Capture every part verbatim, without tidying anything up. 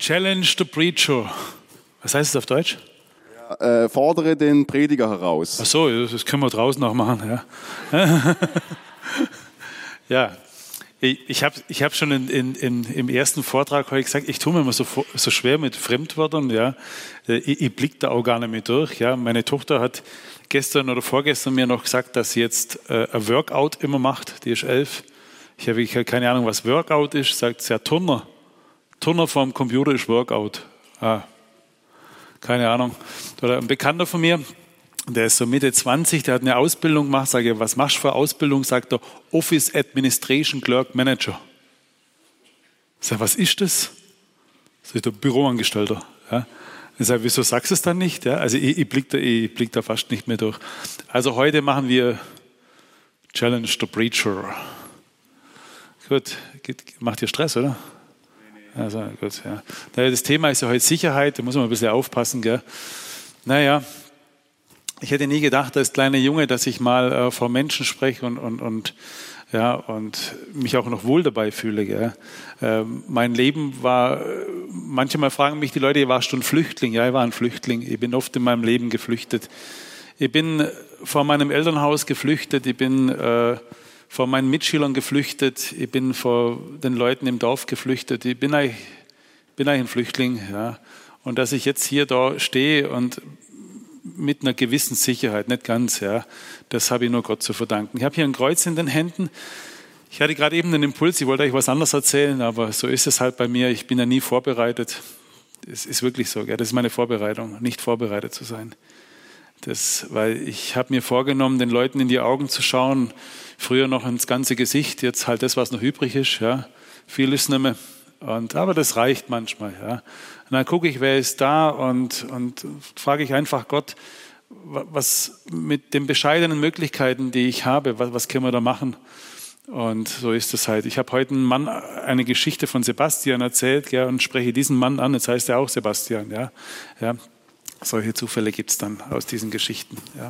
Challenge the Preacher. Was heißt es auf Deutsch? Ja, äh, fordere den Prediger heraus. Ach so, das können wir draußen noch machen. Ja, ja. Ich, ich habe ich hab schon in, in, in, im ersten Vortrag heute gesagt, ich tue mir immer so, so schwer mit Fremdwörtern. Ja. Ich, ich blicke da auch gar nicht mehr durch. Ja. Meine Tochter hat gestern oder vorgestern mir noch gesagt, dass sie jetzt äh, ein Workout immer macht. Die ist elf. Ich habe ich hab keine Ahnung, was Workout ist. Sagt sie, ja, Turner. Turner vom Computer ist Workout. Ah, keine Ahnung. Oder ein Bekannter von mir, der ist so Mitte zwanzig, der hat eine Ausbildung gemacht. Sage ich, was machst du für Ausbildung? Sagt er, Office Administration Clerk Manager. Ich sage, was ist das? Das ist der Büroangestellter. Ja. Ich sage, wieso sagst du es dann nicht? Ja, also ich, ich blicke da, ich blick da fast nicht mehr durch. Also heute machen wir Challenge the Preacher. Gut, macht dir Stress, oder? Also gut, ja. Das Thema ist ja heute Sicherheit, da muss man ein bisschen aufpassen. Gell? Naja, ich hätte nie gedacht, als kleiner Junge, dass ich mal äh, vor Menschen spreche und, und, und, ja, und mich auch noch wohl dabei fühle. Gell? Ähm, mein Leben war, manchmal fragen mich die Leute, warst du ein Flüchtling? Ja, ich war ein Flüchtling. Ich bin oft in meinem Leben geflüchtet. Ich bin vor meinem Elternhaus geflüchtet, ich bin äh, vor meinen Mitschülern geflüchtet, ich bin vor den Leuten im Dorf geflüchtet, ich bin eigentlich, bin eigentlich ein Flüchtling. Ja. Und dass ich jetzt hier da stehe und mit einer gewissen Sicherheit, nicht ganz, ja, das habe ich nur Gott zu verdanken. Ich habe hier ein Kreuz in den Händen. Ich hatte gerade eben den Impuls, ich wollte euch was anderes erzählen, aber so ist es halt bei mir. Ich bin ja nie vorbereitet. Es ist wirklich so, ja, das ist meine Vorbereitung, nicht vorbereitet zu sein. Das, weil ich habe mir vorgenommen, den Leuten in die Augen zu schauen, früher noch ins ganze Gesicht, jetzt halt das, was noch übrig ist. Ja. Viel ist nicht mehr. Und, aber das reicht manchmal. Ja. Und dann gucke ich, wer ist da und, und frage ich einfach Gott, was mit den bescheidenen Möglichkeiten, die ich habe, was, was können wir da machen? Und so ist es halt. Ich habe heute einen Mann eine Geschichte von Sebastian erzählt, ja, und spreche diesen Mann an, jetzt heißt er auch Sebastian. Ja. Ja. Solche Zufälle gibt es dann aus diesen Geschichten. Ja,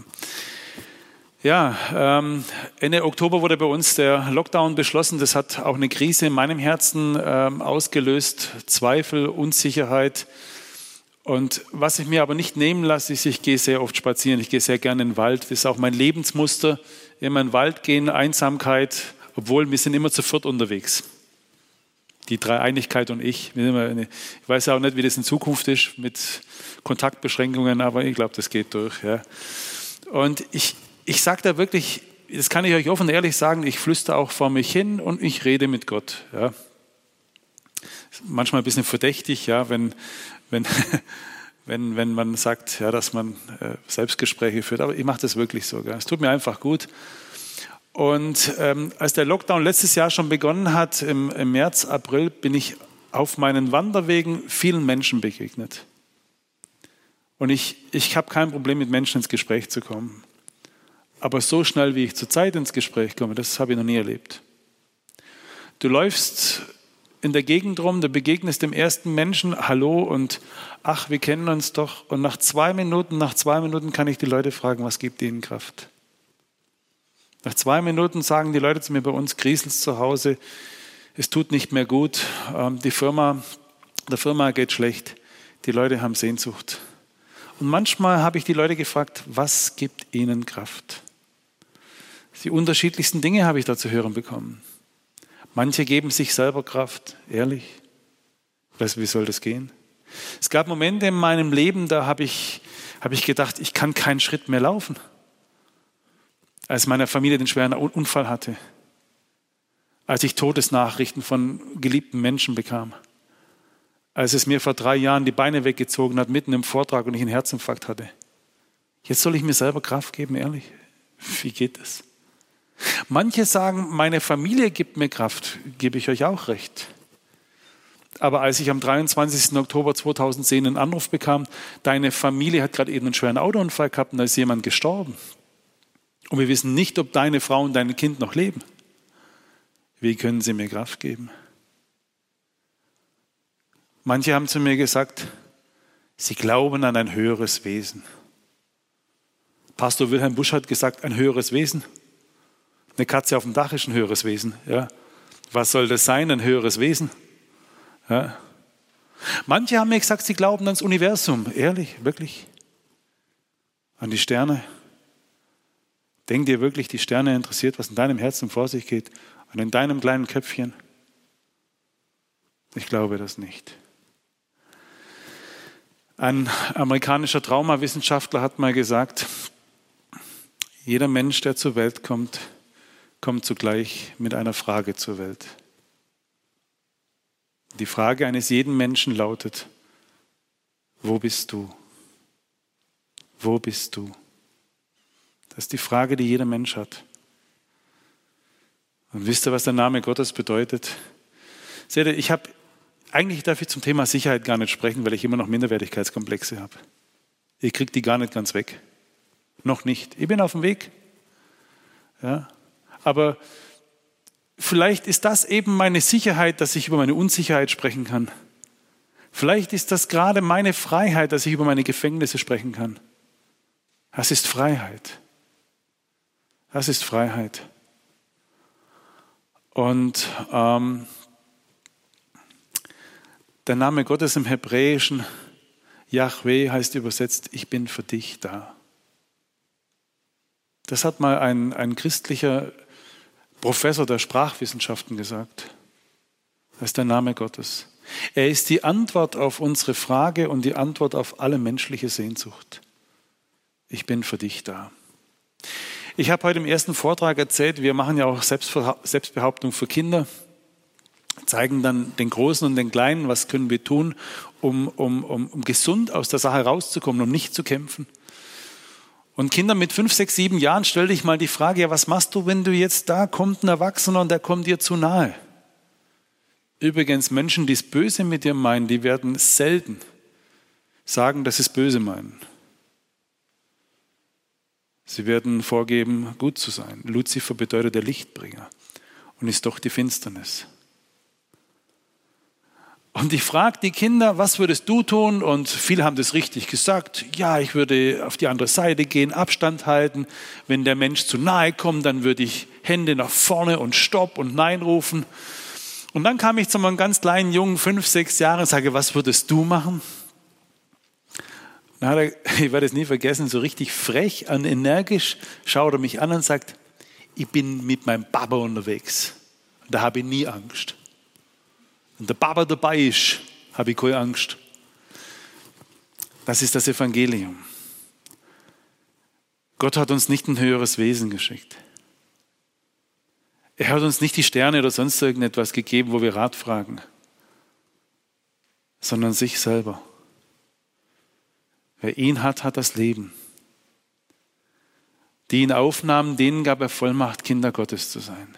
ja ähm, Ende Oktober wurde bei uns der Lockdown beschlossen. Das hat auch eine Krise in meinem Herzen ähm, ausgelöst, Zweifel, Unsicherheit. Und was ich mir aber nicht nehmen lasse, ist, ich gehe sehr oft spazieren, ich gehe sehr gerne in den Wald. Das ist auch mein Lebensmuster, immer in den Wald gehen, Einsamkeit, obwohl wir sind immer zu viert unterwegs. Die Dreieinigkeit und ich. Ich weiß auch nicht, wie das in Zukunft ist mit Kontaktbeschränkungen, aber ich glaube, das geht durch. Ja. Und ich, ich sage da wirklich, das kann ich euch offen und ehrlich sagen, ich flüstere auch vor mich hin und ich rede mit Gott. Ja. Manchmal ein bisschen verdächtig, ja, wenn, wenn, wenn, wenn man sagt, ja, dass man äh, Selbstgespräche führt, aber ich mache das wirklich so. Ja. Es tut mir einfach gut. Und ähm, als der Lockdown letztes Jahr schon begonnen hat, im, im März, April, bin ich auf meinen Wanderwegen vielen Menschen begegnet. Und ich, ich habe kein Problem, mit Menschen ins Gespräch zu kommen. Aber so schnell, wie ich zurzeit ins Gespräch komme, das habe ich noch nie erlebt. Du läufst in der Gegend rum, du begegnest dem ersten Menschen, hallo und ach, wir kennen uns doch. Und nach zwei Minuten, nach zwei Minuten kann ich die Leute fragen, was gibt ihnen Kraft? Nach zwei Minuten sagen die Leute zu mir, bei uns kriselt es zu Hause, es tut nicht mehr gut, die Firma, der Firma geht schlecht, die Leute haben Sehnsucht. Und manchmal habe ich die Leute gefragt, was gibt ihnen Kraft? Die unterschiedlichsten Dinge habe ich da zu hören bekommen. Manche geben sich selber Kraft, ehrlich. Weißt du, wie soll das gehen? Es gab Momente in meinem Leben, da habe ich, habe ich gedacht, ich kann keinen Schritt mehr laufen. Als meine Familie den schweren Unfall hatte, als ich Todesnachrichten von geliebten Menschen bekam, als es mir vor drei Jahren die Beine weggezogen hat, mitten im Vortrag und ich einen Herzinfarkt hatte. Jetzt soll ich mir selber Kraft geben, ehrlich? Wie geht das? Manche sagen, meine Familie gibt mir Kraft, gebe ich euch auch recht. Aber als ich am dreiundzwanzigsten Oktober zweitausendzehn einen Anruf bekam, deine Familie hat gerade eben einen schweren Autounfall gehabt und da ist jemand gestorben. Und wir wissen nicht, ob deine Frau und dein Kind noch leben. Wie können sie mir Kraft geben? Manche haben zu mir gesagt, sie glauben an ein höheres Wesen. Pastor Wilhelm Busch hat gesagt, ein höheres Wesen. Eine Katze auf dem Dach ist ein höheres Wesen. Ja. Was soll das sein, ein höheres Wesen? Ja. Manche haben mir gesagt, sie glauben ans Universum. Ehrlich, wirklich? An die Sterne? Denkt ihr wirklich, die Sterne interessiert, was in deinem Herzen vor sich geht und in deinem kleinen Köpfchen? Ich glaube das nicht. Ein amerikanischer Traumawissenschaftler hat mal gesagt, jeder Mensch, der zur Welt kommt, kommt zugleich mit einer Frage zur Welt. Die Frage eines jeden Menschen lautet, wo bist du? Wo bist du? Das ist die Frage, die jeder Mensch hat. Und wisst ihr, was der Name Gottes bedeutet? Seht ihr, ich habe, eigentlich darf ich zum Thema Sicherheit gar nicht sprechen, weil ich immer noch Minderwertigkeitskomplexe habe. Ich kriege die gar nicht ganz weg. Noch nicht. Ich bin auf dem Weg. Ja. Aber vielleicht ist das eben meine Sicherheit, dass ich über meine Unsicherheit sprechen kann. Vielleicht ist das gerade meine Freiheit, dass ich über meine Gefängnisse sprechen kann. Das ist Freiheit. Das ist Freiheit. Und ähm, der Name Gottes im Hebräischen, Yahweh, heißt übersetzt, ich bin für dich da. Das hat mal ein, ein christlicher Professor der Sprachwissenschaften gesagt. Das ist der Name Gottes. Er ist die Antwort auf unsere Frage und die Antwort auf alle menschliche Sehnsucht. Ich bin für dich da. Ich habe heute im ersten Vortrag erzählt, wir machen ja auch Selbstbehauptung für Kinder, zeigen dann den Großen und den Kleinen, was können wir tun, um, um, um, um gesund aus der Sache rauszukommen, um nicht zu kämpfen. Und Kinder mit fünf, sechs, sieben Jahren, stell dich mal die Frage, ja, was machst du, wenn du jetzt da kommt ein Erwachsener und der kommt dir zu nahe? Übrigens, Menschen, die es böse mit dir meinen, die werden selten sagen, dass sie es böse meinen. Sie werden vorgeben, gut zu sein. Luzifer bedeutet der Lichtbringer und ist doch die Finsternis. Und ich frage die Kinder, was würdest du tun? Und viele haben das richtig gesagt. Ja, ich würde auf die andere Seite gehen, Abstand halten. Wenn der Mensch zu nahe kommt, dann würde ich Hände nach vorne und Stopp und Nein rufen. Und dann kam ich zu einem ganz kleinen Jungen, fünf, sechs Jahre, und sage, was würdest du machen? Dann hat er, ich werde es nie vergessen, so richtig frech und energisch schaut er mich an und sagt, ich bin mit meinem Papa unterwegs. Und da habe ich nie Angst. Und der Papa dabei ist, habe ich keine Angst. Das ist das Evangelium. Gott hat uns nicht ein höheres Wesen geschickt. Er hat uns nicht die Sterne oder sonst irgendetwas gegeben, wo wir Rat fragen, sondern sich selber. Wer ihn hat, hat das Leben. Die ihn aufnahmen, denen gab er Vollmacht, Kinder Gottes zu sein.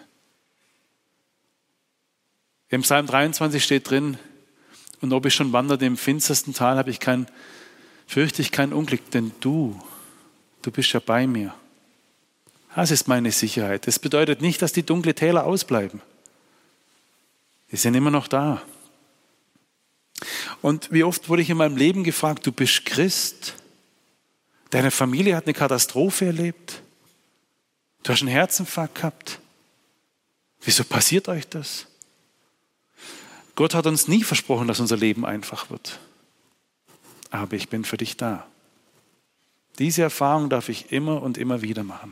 Im Psalm dreiundzwanzig steht drin, und ob ich schon wanderte im finstersten Tal, habe ich kein, fürchte ich kein Unglück, denn du, du bist ja bei mir. Das ist meine Sicherheit. Das bedeutet nicht, dass die dunklen Täler ausbleiben. Die sind immer noch da. Und wie oft wurde ich in meinem Leben gefragt, du bist Christ, deine Familie hat eine Katastrophe erlebt, du hast einen Herzinfarkt gehabt. Wieso passiert euch das? Gott hat uns nie versprochen, dass unser Leben einfach wird. Aber ich bin für dich da. Diese Erfahrung darf ich immer und immer wieder machen.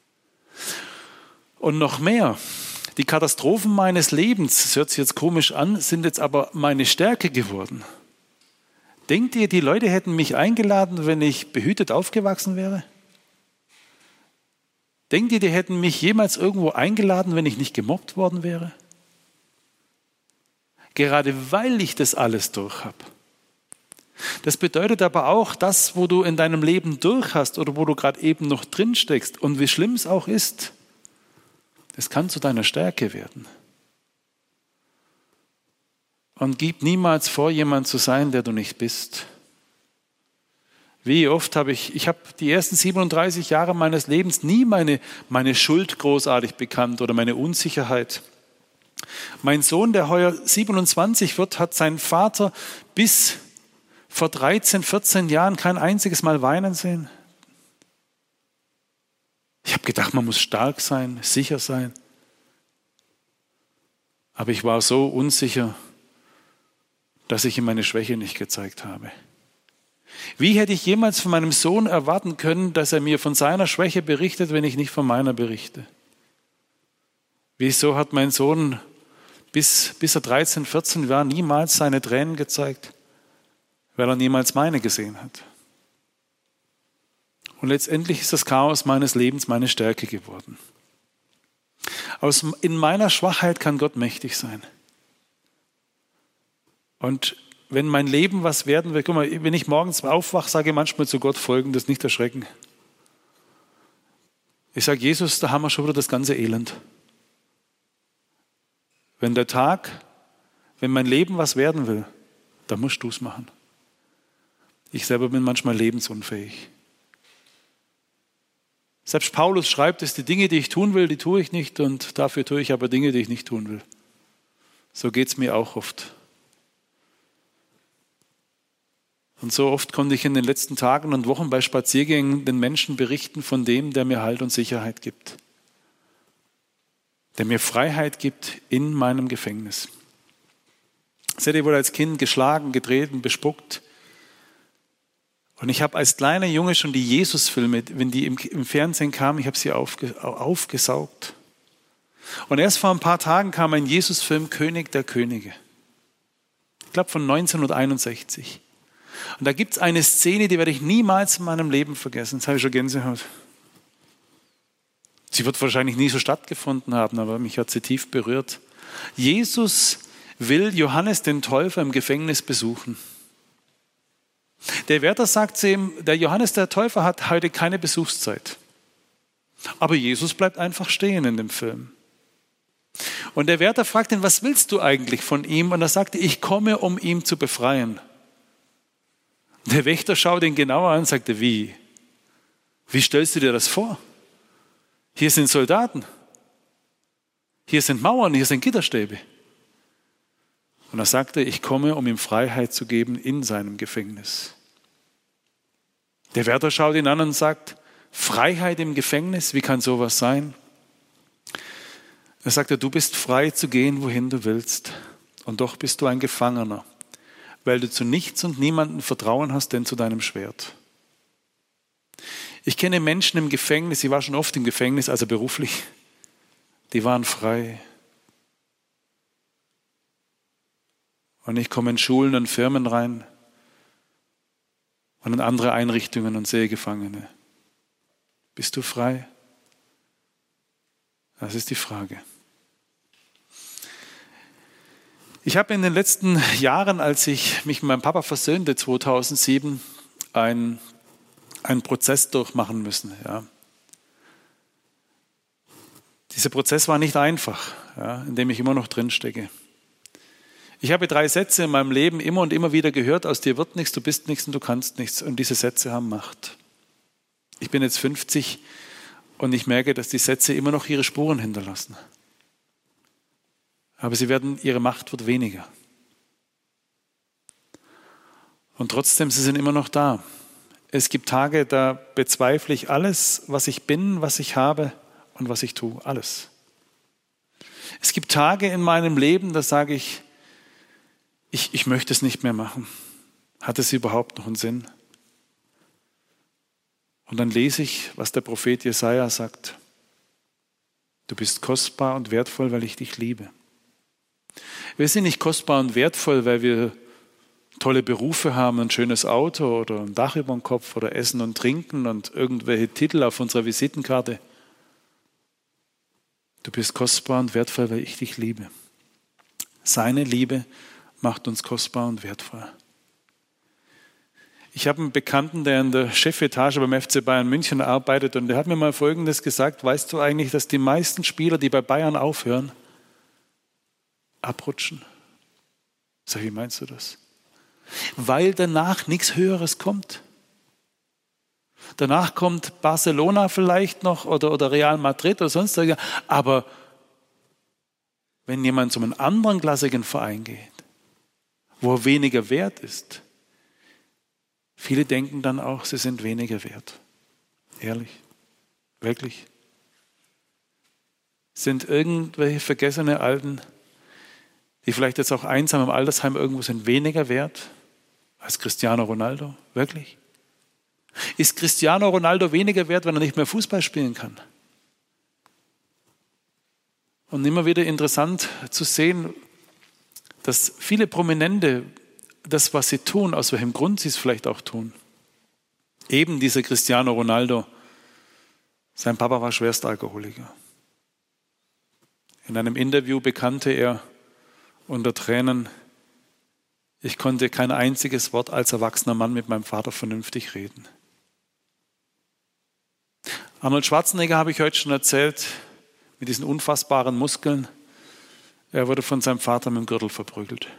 Und noch mehr, die Katastrophen meines Lebens, das hört sich jetzt komisch an, sind jetzt aber meine Stärke geworden. Denkt ihr, die Leute hätten mich eingeladen, wenn ich behütet aufgewachsen wäre? Denkt ihr, die hätten mich jemals irgendwo eingeladen, wenn ich nicht gemobbt worden wäre? Gerade weil ich das alles durch habe. Das bedeutet aber auch, das, wo du in deinem Leben durch hast oder wo du gerade eben noch drin steckst und wie schlimm es auch ist, das kann zu deiner Stärke werden. Und gib niemals vor, jemand zu sein, der du nicht bist. Wie oft habe ich, ich habe die ersten siebenunddreißig Jahre meines Lebens nie meine, meine Schuld großartig bekannt oder meine Unsicherheit. Mein Sohn, der heuer siebenundzwanzig wird, hat seinen Vater bis vor dreizehn, vierzehn Jahren kein einziges Mal weinen sehen. Ich habe gedacht, man muss stark sein, sicher sein. Aber ich war so unsicher, dass ich ihm meine Schwäche nicht gezeigt habe? Wie hätte ich jemals von meinem Sohn erwarten können, dass er mir von seiner Schwäche berichtet, wenn ich nicht von meiner berichte? Wieso hat mein Sohn bis, bis er dreizehn, vierzehn war niemals seine Tränen gezeigt? Weil er niemals meine gesehen hat. Und letztendlich ist das Chaos meines Lebens meine Stärke geworden. Aus, in meiner Schwachheit kann Gott mächtig sein. Und wenn mein Leben was werden will, guck mal, wenn ich morgens aufwache, sage ich manchmal zu Gott Folgendes, nicht erschrecken. Ich sage, Jesus, da haben wir schon wieder das ganze Elend. Wenn der Tag, wenn mein Leben was werden will, dann musst du es machen. Ich selber bin manchmal lebensunfähig. Selbst Paulus schreibt es, die Dinge, die ich tun will, die tue ich nicht und dafür tue ich aber Dinge, die ich nicht tun will. So geht es mir auch oft. Und so oft konnte ich in den letzten Tagen und Wochen bei Spaziergängen den Menschen berichten von dem, der mir Halt und Sicherheit gibt. Der mir Freiheit gibt in meinem Gefängnis. Seid ihr wohl als Kind geschlagen, getreten, bespuckt? Und ich habe als kleiner Junge schon die Jesus-Filme, wenn die im, im Fernsehen kamen, ich habe sie aufge, aufgesaugt. Und erst vor ein paar Tagen kam ein Jesus-Film, König der Könige. Ich glaube von neunzehnhunderteinundsechzig. Und da gibt es eine Szene, die werde ich niemals in meinem Leben vergessen. Jetzt habe ich schon Gänsehaut. Sie wird wahrscheinlich nie so stattgefunden haben, aber mich hat sie tief berührt. Jesus will Johannes den Täufer im Gefängnis besuchen. Der Wärter sagt zu ihm, der Johannes der Täufer hat heute keine Besuchszeit. Aber Jesus bleibt einfach stehen in dem Film. Und der Wärter fragt ihn, was willst du eigentlich von ihm? Und er sagte, ich komme, um ihn zu befreien. Der Wächter schaut ihn genauer an und sagte, wie? Wie stellst du dir das vor? Hier sind Soldaten. Hier sind Mauern, hier sind Gitterstäbe. Und er sagte, ich komme, um ihm Freiheit zu geben in seinem Gefängnis. Der Wärter schaut ihn an und sagt, Freiheit im Gefängnis, wie kann sowas sein? Er sagte, du bist frei zu gehen, wohin du willst. Und doch bist du ein Gefangener, weil du zu nichts und niemandem Vertrauen hast, denn zu deinem Schwert. Ich kenne Menschen im Gefängnis, ich war schon oft im Gefängnis, also beruflich, die waren frei. Und ich komme in Schulen und Firmen rein und in andere Einrichtungen und sehe Gefangene. Bist du frei? Das ist die Frage. Ich habe in den letzten Jahren, als ich mich mit meinem Papa versöhnte, zweitausendsieben, einen, einen Prozess durchmachen müssen. Ja. Dieser Prozess war nicht einfach, ja, in dem ich immer noch drin stecke. Ich habe drei Sätze in meinem Leben immer und immer wieder gehört, aus dir wird nichts, du bist nichts und du kannst nichts. Und diese Sätze haben Macht. Ich bin jetzt fünfzig und ich merke, dass die Sätze immer noch ihre Spuren hinterlassen. Aber sie werden, ihre Macht wird weniger. Und trotzdem, sie sind immer noch da. Es gibt Tage, da bezweifle ich alles, was ich bin, was ich habe und was ich tue. Alles. Es gibt Tage in meinem Leben, da sage ich, Ich, ich möchte es nicht mehr machen. Hat es überhaupt noch einen Sinn? Und dann lese ich, was der Prophet Jesaja sagt. Du bist kostbar und wertvoll, weil ich dich liebe. Wir sind nicht kostbar und wertvoll, weil wir tolle Berufe haben, ein schönes Auto oder ein Dach über dem Kopf oder Essen und Trinken und irgendwelche Titel auf unserer Visitenkarte. Du bist kostbar und wertvoll, weil ich dich liebe. Seine Liebe macht uns kostbar und wertvoll. Ich habe einen Bekannten, der in der Chefetage beim F C Bayern München arbeitet und der hat mir mal Folgendes gesagt, weißt du eigentlich, dass die meisten Spieler, die bei Bayern aufhören, abrutschen? Sag ich, wie meinst du das? Weil danach nichts Höheres kommt. Danach kommt Barcelona vielleicht noch oder, oder Real Madrid oder sonst irgendwas, aber wenn jemand zu einem anderen klassigen Verein geht, wo er weniger wert ist, viele denken dann auch, sie sind weniger wert. Ehrlich, wirklich. Sind irgendwelche vergessene Alten, die vielleicht jetzt auch einsam im Altersheim irgendwo sind, weniger wert als Cristiano Ronaldo? Wirklich? Ist Cristiano Ronaldo weniger wert, wenn er nicht mehr Fußball spielen kann? Und immer wieder interessant zu sehen, dass viele Prominente das, was sie tun, aus welchem Grund sie es vielleicht auch tun. Eben dieser Cristiano Ronaldo, sein Papa war Schwerstalkoholiker. In einem Interview bekannte er unter Tränen, ich konnte kein einziges Wort als erwachsener Mann mit meinem Vater vernünftig reden. Arnold Schwarzenegger habe ich heute schon erzählt, mit diesen unfassbaren Muskeln. Er wurde von seinem Vater mit dem Gürtel verprügelt.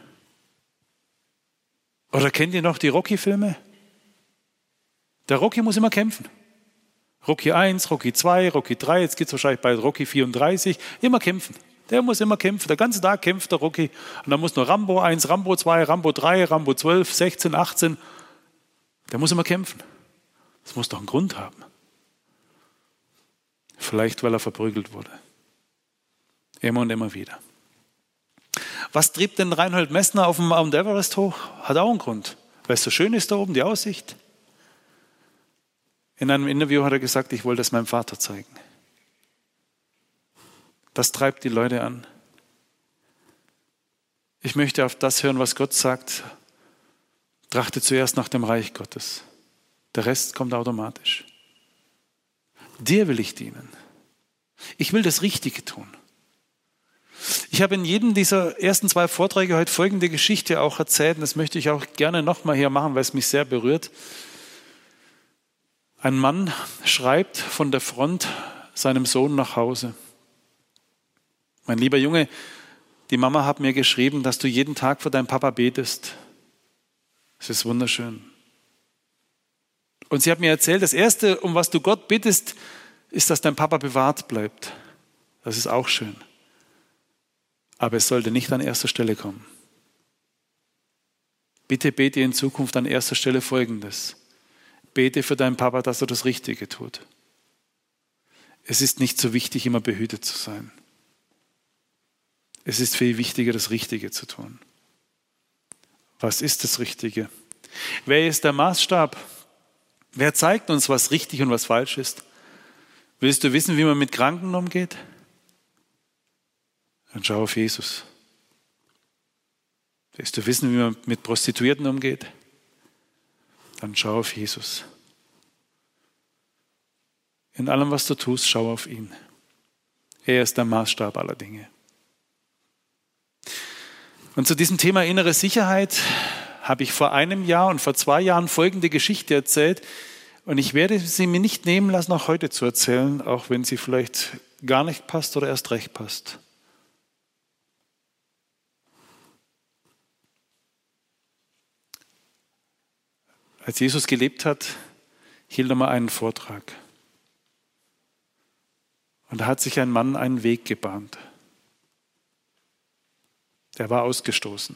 Oder kennt ihr noch die Rocky-Filme? Der Rocky muss immer kämpfen. Rocky eins, Rocky zwei, Rocky drei, jetzt geht es wahrscheinlich bei Rocky vierunddreißig. Immer kämpfen. Der muss immer kämpfen. Der ganze Tag kämpft der Rocky. Und dann muss noch Rambo eins, Rambo zwei, Rambo drei, Rambo zwölf, sechzehn, achtzehn. Der muss immer kämpfen. Das muss doch einen Grund haben. Vielleicht, weil er verprügelt wurde. Immer und immer wieder. Was trieb denn Reinhold Messner auf dem Mount Everest hoch? Hat auch einen Grund. Weil es so schön ist da oben, die Aussicht. In einem Interview hat er gesagt, ich wollte es meinem Vater zeigen. Das treibt die Leute an. Ich möchte auf das hören, was Gott sagt. Trachte zuerst nach dem Reich Gottes. Der Rest kommt automatisch. Dir will ich dienen. Ich will das Richtige tun. Ich habe in jedem dieser ersten zwei Vorträge heute folgende Geschichte auch erzählt. Und das möchte ich auch gerne nochmal hier machen, weil es mich sehr berührt. Ein Mann schreibt von der Front seinem Sohn nach Hause. Mein lieber Junge, die Mama hat mir geschrieben, dass du jeden Tag für deinen Papa betest. Das ist wunderschön. Und sie hat mir erzählt, das Erste, um was du Gott bittest, ist, dass dein Papa bewahrt bleibt. Das ist auch schön. Aber es sollte nicht an erster Stelle kommen. Bitte bete in Zukunft an erster Stelle Folgendes. Bete für deinen Papa, dass er das Richtige tut. Es ist nicht so wichtig, immer behütet zu sein. Es ist viel wichtiger, das Richtige zu tun. Was ist das Richtige? Wer ist der Maßstab? Wer zeigt uns, was richtig und was falsch ist? Willst du wissen, wie man mit Kranken umgeht? Dann schau auf Jesus. Willst du wissen, wie man mit Prostituierten umgeht? Dann schau auf Jesus. In allem, was du tust, schau auf ihn. Er ist der Maßstab aller Dinge. Und zu diesem Thema innere Sicherheit habe ich vor einem Jahr und vor zwei Jahren folgende Geschichte erzählt. Und ich werde sie mir nicht nehmen lassen, auch heute zu erzählen, auch wenn sie vielleicht gar nicht passt oder erst recht passt. Als Jesus gelebt hat, hielt er mal einen Vortrag. Und da hat sich ein Mann einen Weg gebahnt. Der war ausgestoßen,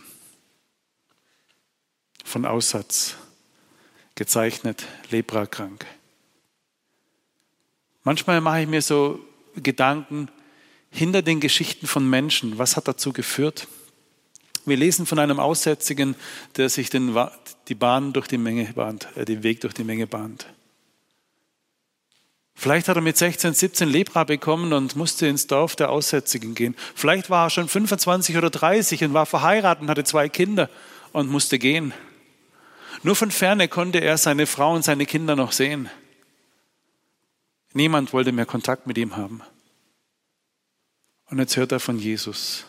von Aussatz, gezeichnet, leprakrank. Manchmal mache ich mir so Gedanken hinter den Geschichten von Menschen. Was hat dazu geführt? Wir lesen von einem Aussätzigen, der sich den, die Bahn durch die Menge bahnt, äh, den Weg durch die Menge bahnt. Vielleicht hat er mit sechzehn, siebzehn Lepra bekommen und musste ins Dorf der Aussätzigen gehen. Vielleicht war er schon fünfundzwanzig oder dreißig und war verheiratet und hatte zwei Kinder und musste gehen. Nur von Ferne konnte er seine Frau und seine Kinder noch sehen. Niemand wollte mehr Kontakt mit ihm haben. Und jetzt hört er von Jesus.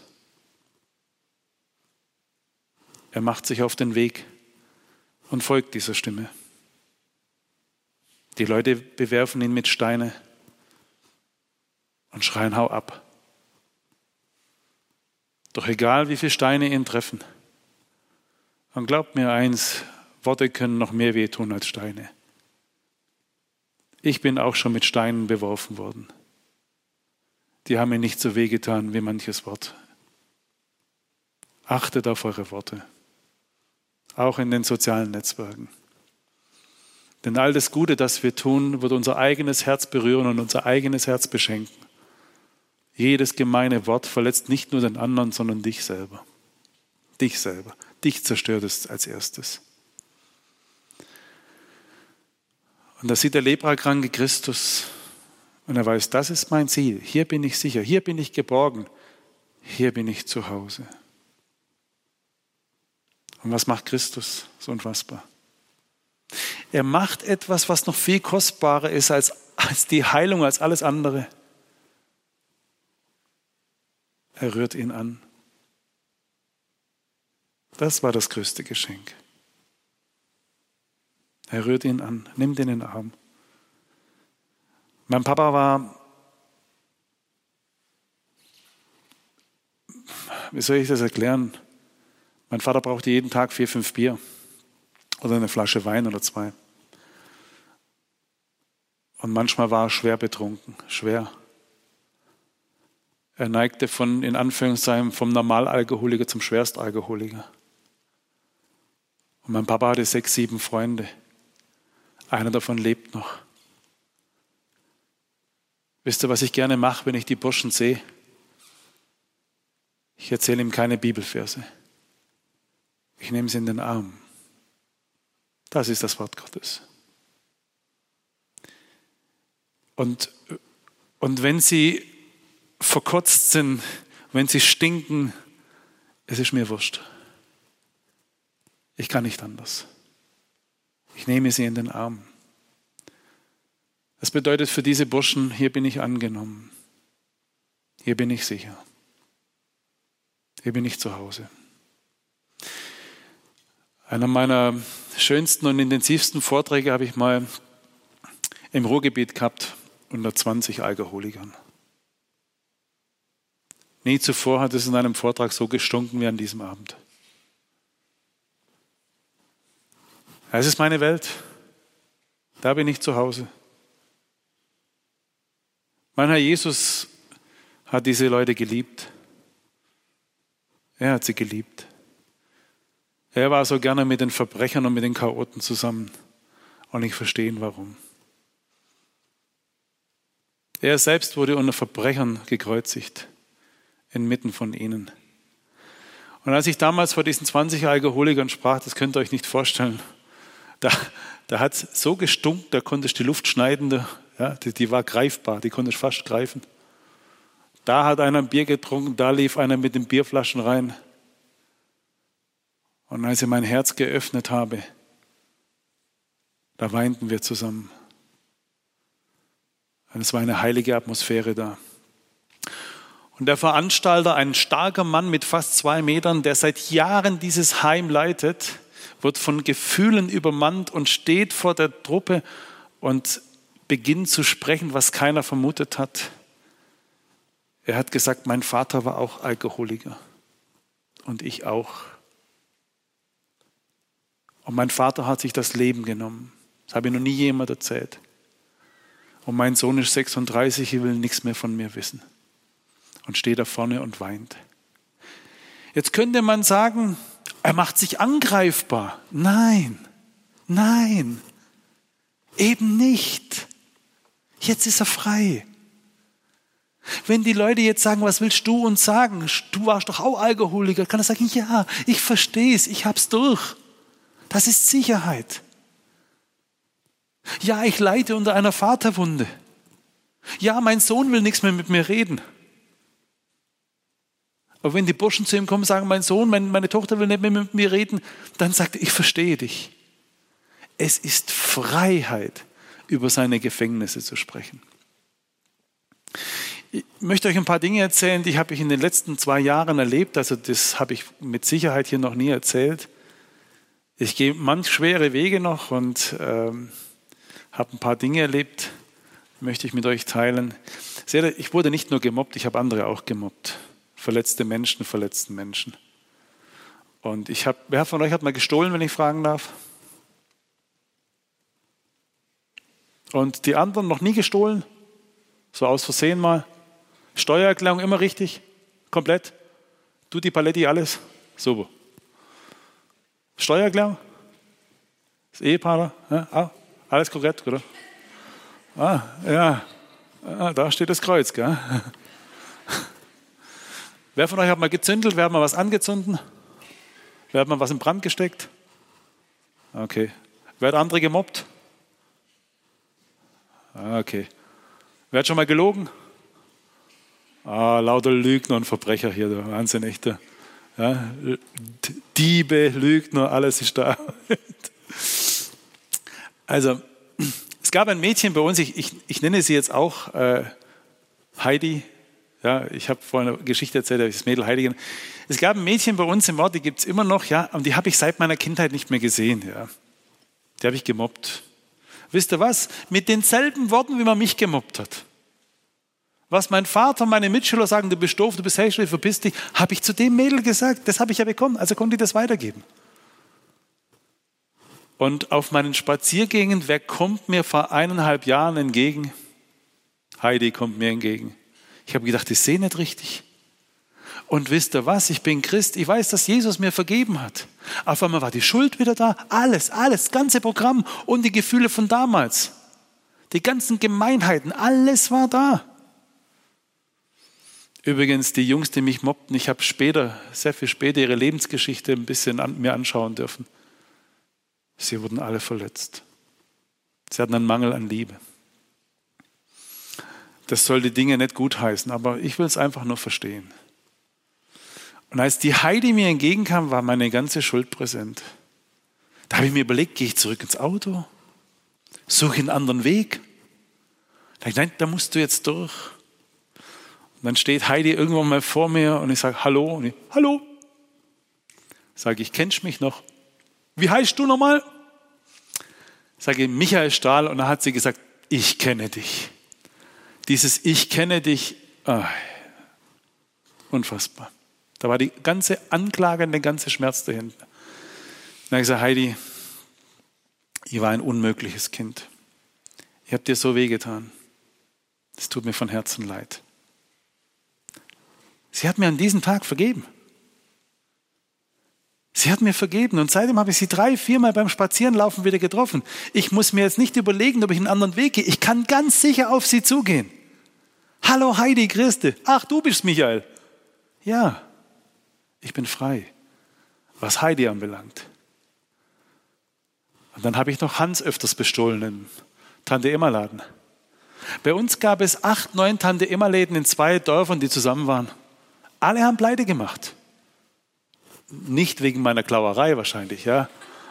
Er macht sich auf den Weg und folgt dieser Stimme. Die Leute bewerfen ihn mit Steine und schreien, hau ab. Doch egal, wie viele Steine ihn treffen. Und glaubt mir eins, Worte können noch mehr wehtun als Steine. Ich bin auch schon mit Steinen beworfen worden. Die haben mir nicht so wehgetan wie manches Wort. Achtet auf eure Worte. Auch in den sozialen Netzwerken. Denn all das Gute, das wir tun, wird unser eigenes Herz berühren und unser eigenes Herz beschenken. Jedes gemeine Wort verletzt nicht nur den anderen, sondern dich selber. dich selber. Dich zerstört es als erstes. Und da sieht der leprakranke Christus und er weiß, das ist mein Ziel. Hier bin ich sicher, hier bin ich geborgen, hier bin ich zu Hause. Und was macht Christus so unfassbar? Er macht etwas, was noch viel kostbarer ist als, als die Heilung, als alles andere. Er rührt ihn an. Das war das größte Geschenk. Er rührt ihn an, nimmt ihn in den Arm. Mein Papa war, wie soll ich das erklären? Mein Vater brauchte jeden Tag vier, fünf Bier oder eine Flasche Wein oder zwei. Und manchmal war er schwer betrunken, schwer. Er neigte von, in Anführungszeichen, vom Normalalkoholiker zum Schwerstalkoholiker. Und mein Papa hatte sechs, sieben Freunde. Einer davon lebt noch. Wisst ihr, was ich gerne mache, wenn ich die Burschen sehe? Ich erzähle ihm keine Bibelverse. Ich nehme sie in den Arm. Das ist das Wort Gottes. Und, und wenn sie verkotzt sind, wenn sie stinken, es ist mir wurscht. Ich kann nicht anders. Ich nehme sie in den Arm. Das bedeutet für diese Burschen, hier bin ich angenommen. Hier bin ich sicher. Hier bin ich zu Hause. Einer meiner schönsten und intensivsten Vorträge habe ich mal im Ruhrgebiet gehabt, unter zwanzig Alkoholikern. Nie zuvor hat es in einem Vortrag so gestunken wie an diesem Abend. Es ist meine Welt. Da bin ich zu Hause. Mein Herr Jesus hat diese Leute geliebt. Er hat sie geliebt. Er war so gerne mit den Verbrechern und mit den Chaoten zusammen. Und ich verstehe, warum. Er selbst wurde unter Verbrechern gekreuzigt, inmitten von ihnen. Und als ich damals vor diesen zwanzig Alkoholikern sprach, das könnt ihr euch nicht vorstellen, da, da hat es so gestunken, da konnte ich die Luft schneiden, ja, die, die war greifbar, die konnte ich fast greifen. Da hat einer ein Bier getrunken, da lief einer mit den Bierflaschen rein. Und als ich mein Herz geöffnet habe, da weinten wir zusammen. Und es war eine heilige Atmosphäre da. Und der Veranstalter, ein starker Mann mit fast zwei Metern, der seit Jahren dieses Heim leitet, wird von Gefühlen übermannt und steht vor der Truppe und beginnt zu sprechen, was keiner vermutet hat. Er hat gesagt, mein Vater war auch Alkoholiker und ich auch. Und mein Vater hat sich das Leben genommen. Das habe ich noch nie jemand erzählt. Und mein Sohn ist sechsunddreißig, er will nichts mehr von mir wissen. Und steht da vorne und weint. Jetzt könnte man sagen, er macht sich angreifbar. Nein, nein, eben nicht. Jetzt ist er frei. Wenn die Leute jetzt sagen, was willst du uns sagen? Du warst doch auch Alkoholiker. Kann er sagen, ja, ich verstehe es, ich hab's durch. Das ist Sicherheit. Ja, ich leide unter einer Vaterwunde. Ja, mein Sohn will nichts mehr mit mir reden. Aber wenn die Burschen zu ihm kommen und sagen, mein Sohn, meine, meine Tochter will nicht mehr mit mir reden, dann sagt er, ich verstehe dich. Es ist Freiheit, über seine Gefängnisse zu sprechen. Ich möchte euch ein paar Dinge erzählen, die habe ich in den letzten zwei Jahren erlebt. Also das habe ich mit Sicherheit hier noch nie erzählt. Ich gehe manch schwere Wege noch und ähm, habe ein paar Dinge erlebt, möchte ich mit euch teilen. Seht ihr, ich wurde nicht nur gemobbt, ich habe andere auch gemobbt. Verletzte Menschen, verletzten Menschen. Und ich habe, wer von euch hat mal gestohlen, wenn ich fragen darf? Und die anderen noch nie gestohlen? So aus Versehen mal? Steuererklärung immer richtig? Komplett? Du die Paletti, alles? Super. Steuererklärung? Das Ehepaar? Ja, ah, alles korrekt, oder? Ah, ja. Ah, da steht das Kreuz, gell? Wer von euch hat mal gezündelt? Wer hat mal was angezündet? Wer hat mal was in Brand gesteckt? Okay. Wer hat andere gemobbt? Okay. Wer hat schon mal gelogen? Ah, lauter Lügner und Verbrecher hier, der Wahnsinn, echter. Ja, Diebe, Lügner, alles ist da. Also, es gab ein Mädchen bei uns, ich, ich, ich nenne sie jetzt auch äh, Heidi. Ja, ich habe vorhin eine Geschichte erzählt, das Mädel Heidi. Es gab ein Mädchen bei uns im Ort, die gibt es immer noch, ja, und die habe ich seit meiner Kindheit nicht mehr gesehen. Ja. Die habe ich gemobbt. Wisst ihr was? Mit denselben Worten, wie man mich gemobbt hat. Was mein Vater, meine Mitschüler sagen, du bist doof, du bist hässlich, verpiss dich, habe ich zu dem Mädel gesagt. Das habe ich ja bekommen, also konnte ich das weitergeben. Und auf meinen Spaziergängen, wer kommt mir vor eineinhalb Jahren entgegen? Heidi kommt mir entgegen. Ich habe gedacht, ich sehe nicht richtig. Und wisst ihr was? Ich bin Christ. Ich weiß, dass Jesus mir vergeben hat. Auf einmal war die Schuld wieder da. Alles, alles, das ganze Programm und die Gefühle von damals. Die ganzen Gemeinheiten, alles war da. Übrigens, die Jungs, die mich mobbten, ich habe später, sehr viel später ihre Lebensgeschichte ein bisschen an, mir anschauen dürfen. Sie wurden alle verletzt. Sie hatten einen Mangel an Liebe. Das soll die Dinge nicht gutheißen, aber ich will es einfach nur verstehen. Und als die Heidi mir entgegenkam, war meine ganze Schuld präsent. Da habe ich mir überlegt, gehe ich zurück ins Auto? Suche einen anderen Weg? Da ich, nein, da musst du jetzt durch. Und dann steht Heidi irgendwann mal vor mir und ich sage, hallo. Und ich, hallo. Sage ich, kennst mich noch? Wie heißt du nochmal? Sage ich, Michael Stahl. Und dann hat sie gesagt, ich kenne dich. Dieses Ich kenne dich, ah, unfassbar. Da war die ganze Anklage und der ganze Schmerz dahinter. Dann habe ich gesagt, Heidi, ich war ein unmögliches Kind. Ich habe dir so wehgetan. Es tut mir von Herzen leid. Sie hat mir an diesem Tag vergeben. Sie hat mir vergeben und seitdem habe ich sie drei, viermal beim Spazierenlaufen wieder getroffen. Ich muss mir jetzt nicht überlegen, ob ich einen anderen Weg gehe. Ich kann ganz sicher auf sie zugehen. Hallo Heidi, grüß dich. Ach, du bist Michael. Ja, ich bin frei, was Heidi anbelangt. Und dann habe ich noch Hans öfters bestohlen im Tante-Emma-Laden. Bei uns gab es acht, neun Tante-Emma-Läden in zwei Dörfern, die zusammen waren. Alle haben pleite gemacht. Nicht wegen meiner Klauerei wahrscheinlich, ja.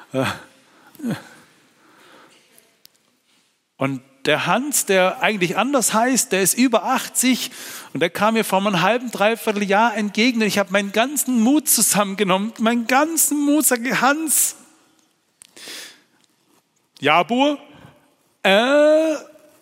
Und der Hans, der eigentlich anders heißt, der ist über achtzig und der kam mir vor einem halben, dreiviertel Jahr entgegen und ich habe meinen ganzen Mut zusammengenommen, meinen ganzen Mut, sage Hans, ja, Bur, äh,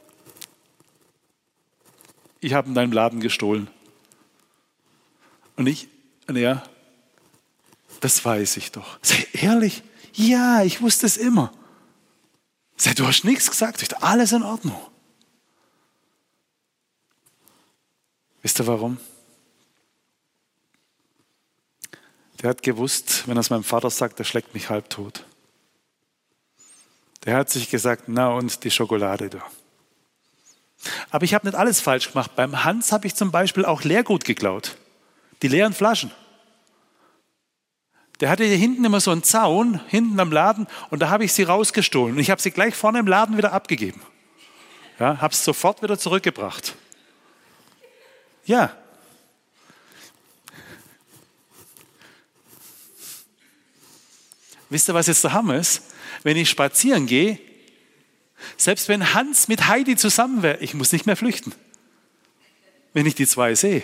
ich habe in deinem Laden gestohlen. Und ich, und er, das weiß ich doch. Sei ehrlich? Ja, ich wusste es immer. Sei, du hast nichts gesagt. Ich dachte, alles in Ordnung. Wisst ihr warum? Der hat gewusst, wenn er es meinem Vater sagt, der schlägt mich halbtot. Der hat sich gesagt, na und die Schokolade da. Aber ich habe nicht alles falsch gemacht. Beim Hans habe ich zum Beispiel auch Leergut geklaut. Die leeren Flaschen. Der hatte hier hinten immer so einen Zaun, hinten am Laden, und da habe ich sie rausgestohlen. Und ich habe sie gleich vorne im Laden wieder abgegeben. Ja, habe es sofort wieder zurückgebracht. Ja. Wisst ihr, was jetzt der Hammer ist? Wenn ich spazieren gehe, selbst wenn Hans mit Heidi zusammen wäre, ich muss nicht mehr flüchten, wenn ich die zwei sehe.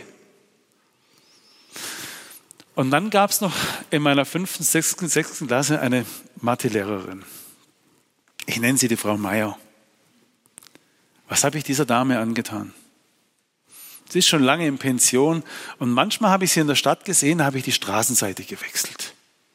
Und dann gab es noch in meiner fünften, sechsten, sechsten Klasse eine Mathelehrerin. Ich nenne sie die Frau Meier. Was habe ich dieser Dame angetan? Sie ist schon lange in Pension und manchmal habe ich sie in der Stadt gesehen, habe ich die Straßenseite gewechselt.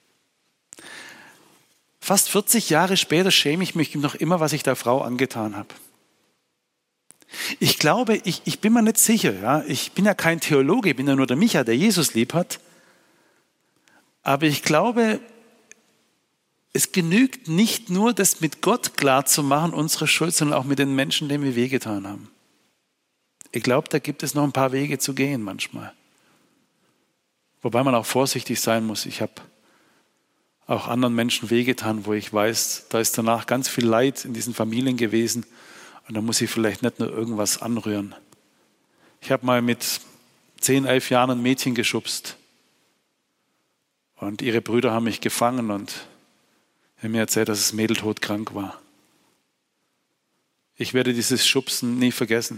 Fast vierzig Jahre später schäme ich mich noch immer, was ich der Frau angetan habe. Ich glaube, ich, ich bin mir nicht sicher. Ja? Ich bin ja kein Theologe, ich bin ja nur der Micha, der Jesus lieb hat. Aber ich glaube, es genügt nicht nur, das mit Gott klar zu machen, unsere Schuld, sondern auch mit den Menschen, denen wir wehgetan haben. Ich glaube, da gibt es noch ein paar Wege zu gehen manchmal. Wobei man auch vorsichtig sein muss. Ich habe auch anderen Menschen wehgetan, wo ich weiß, da ist danach ganz viel Leid in diesen Familien gewesen und da muss ich vielleicht nicht nur irgendwas anrühren. Ich habe mal mit zehn, elf Jahren ein Mädchen geschubst und ihre Brüder haben mich gefangen und haben mir erzählt, dass das Mädel todkrank war. Ich werde dieses Schubsen nie vergessen.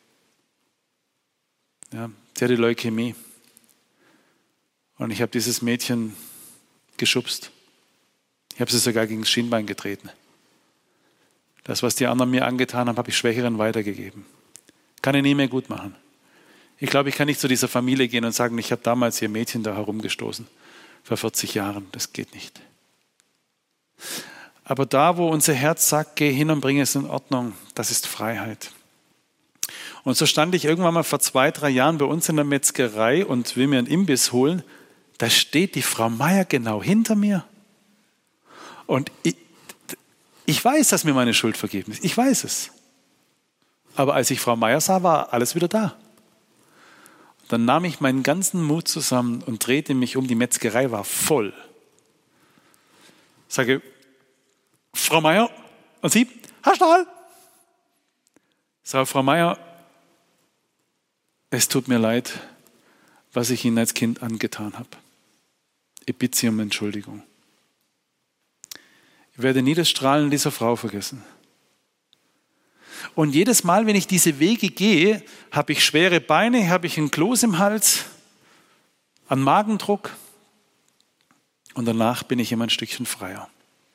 Ja, sie hatte Leukämie und ich habe dieses Mädchen geschubst. Ich habe sie sogar gegen das Schienbein getreten. Das, was die anderen mir angetan haben, habe ich Schwächeren weitergegeben. Kann ich nie mehr gut machen. Ich glaube, ich kann nicht zu dieser Familie gehen und sagen, ich habe damals ihr Mädchen da herumgestoßen. Vor vierzig Jahren. Das geht nicht. Aber da, wo unser Herz sagt, geh hin und bring es in Ordnung, das ist Freiheit. Und so stand ich irgendwann mal vor zwei, drei Jahren bei uns in der Metzgerei und will mir einen Imbiss holen. Da steht die Frau Meier genau hinter mir. Und ich, ich weiß, dass mir meine Schuld vergeben ist. Ich weiß es. Aber als ich Frau Meier sah, war alles wieder da. Dann nahm ich meinen ganzen Mut zusammen und drehte mich um. Die Metzgerei war voll. Ich sage, Frau Meier, und Sie, Herr Stahl. Ich sage, Frau Meier, es tut mir leid, was ich Ihnen als Kind angetan habe. Ich bitte Sie um Entschuldigung. Ich werde nie das Strahlen dieser Frau vergessen. Und jedes Mal, wenn ich diese Wege gehe, habe ich schwere Beine, habe ich einen Kloß im Hals, einen Magendruck und danach bin ich immer ein Stückchen freier.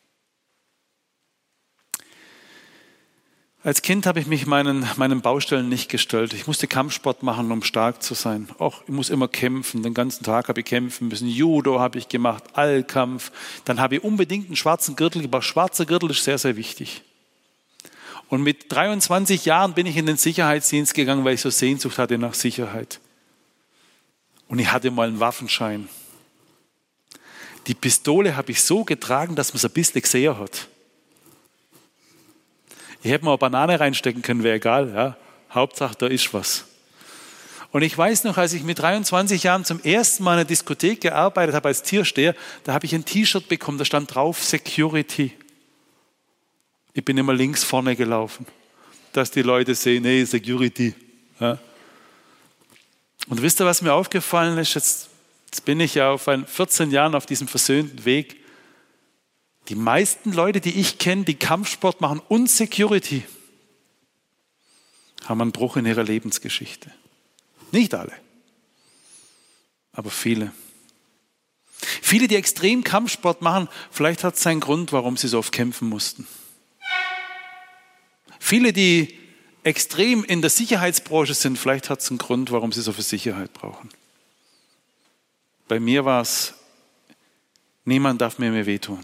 Als Kind habe ich mich meinen, meinen Baustellen nicht gestellt. Ich musste Kampfsport machen, um stark zu sein. Och, ich muss immer kämpfen. Den ganzen Tag habe ich kämpfen müssen. Judo habe ich gemacht, Allkampf. Dann habe ich unbedingt einen schwarzen Gürtel gemacht. Schwarzer Gürtel ist sehr, sehr wichtig. Und mit dreiundzwanzig Jahren bin ich in den Sicherheitsdienst gegangen, weil ich so Sehnsucht hatte nach Sicherheit. Und ich hatte mal einen Waffenschein. Die Pistole habe ich so getragen, dass man es ein bisschen gesehen hat. Ich hätte mal eine Banane reinstecken können, wäre egal. Ja. Hauptsache, da ist was. Und ich weiß noch, als ich mit dreiundzwanzig Jahren zum ersten Mal in einer Diskothek gearbeitet habe als Türsteher, da habe ich ein T-Shirt bekommen, da stand drauf Security. Ich bin immer links vorne gelaufen, dass die Leute sehen, hey, Security. Ja. Und wisst ihr, was mir aufgefallen ist? Jetzt, jetzt bin ich ja auf ein, vierzehn Jahren auf diesem versöhnten Weg. Die meisten Leute, die ich kenne, die Kampfsport machen und Security, haben einen Bruch in ihrer Lebensgeschichte. Nicht alle, aber viele. Viele, die extrem Kampfsport machen, vielleicht hat es seinen Grund, warum sie so oft kämpfen mussten. Viele, die extrem in der Sicherheitsbranche sind, vielleicht hat es einen Grund, warum sie so viel Sicherheit brauchen. Bei mir war es, niemand darf mir mehr wehtun.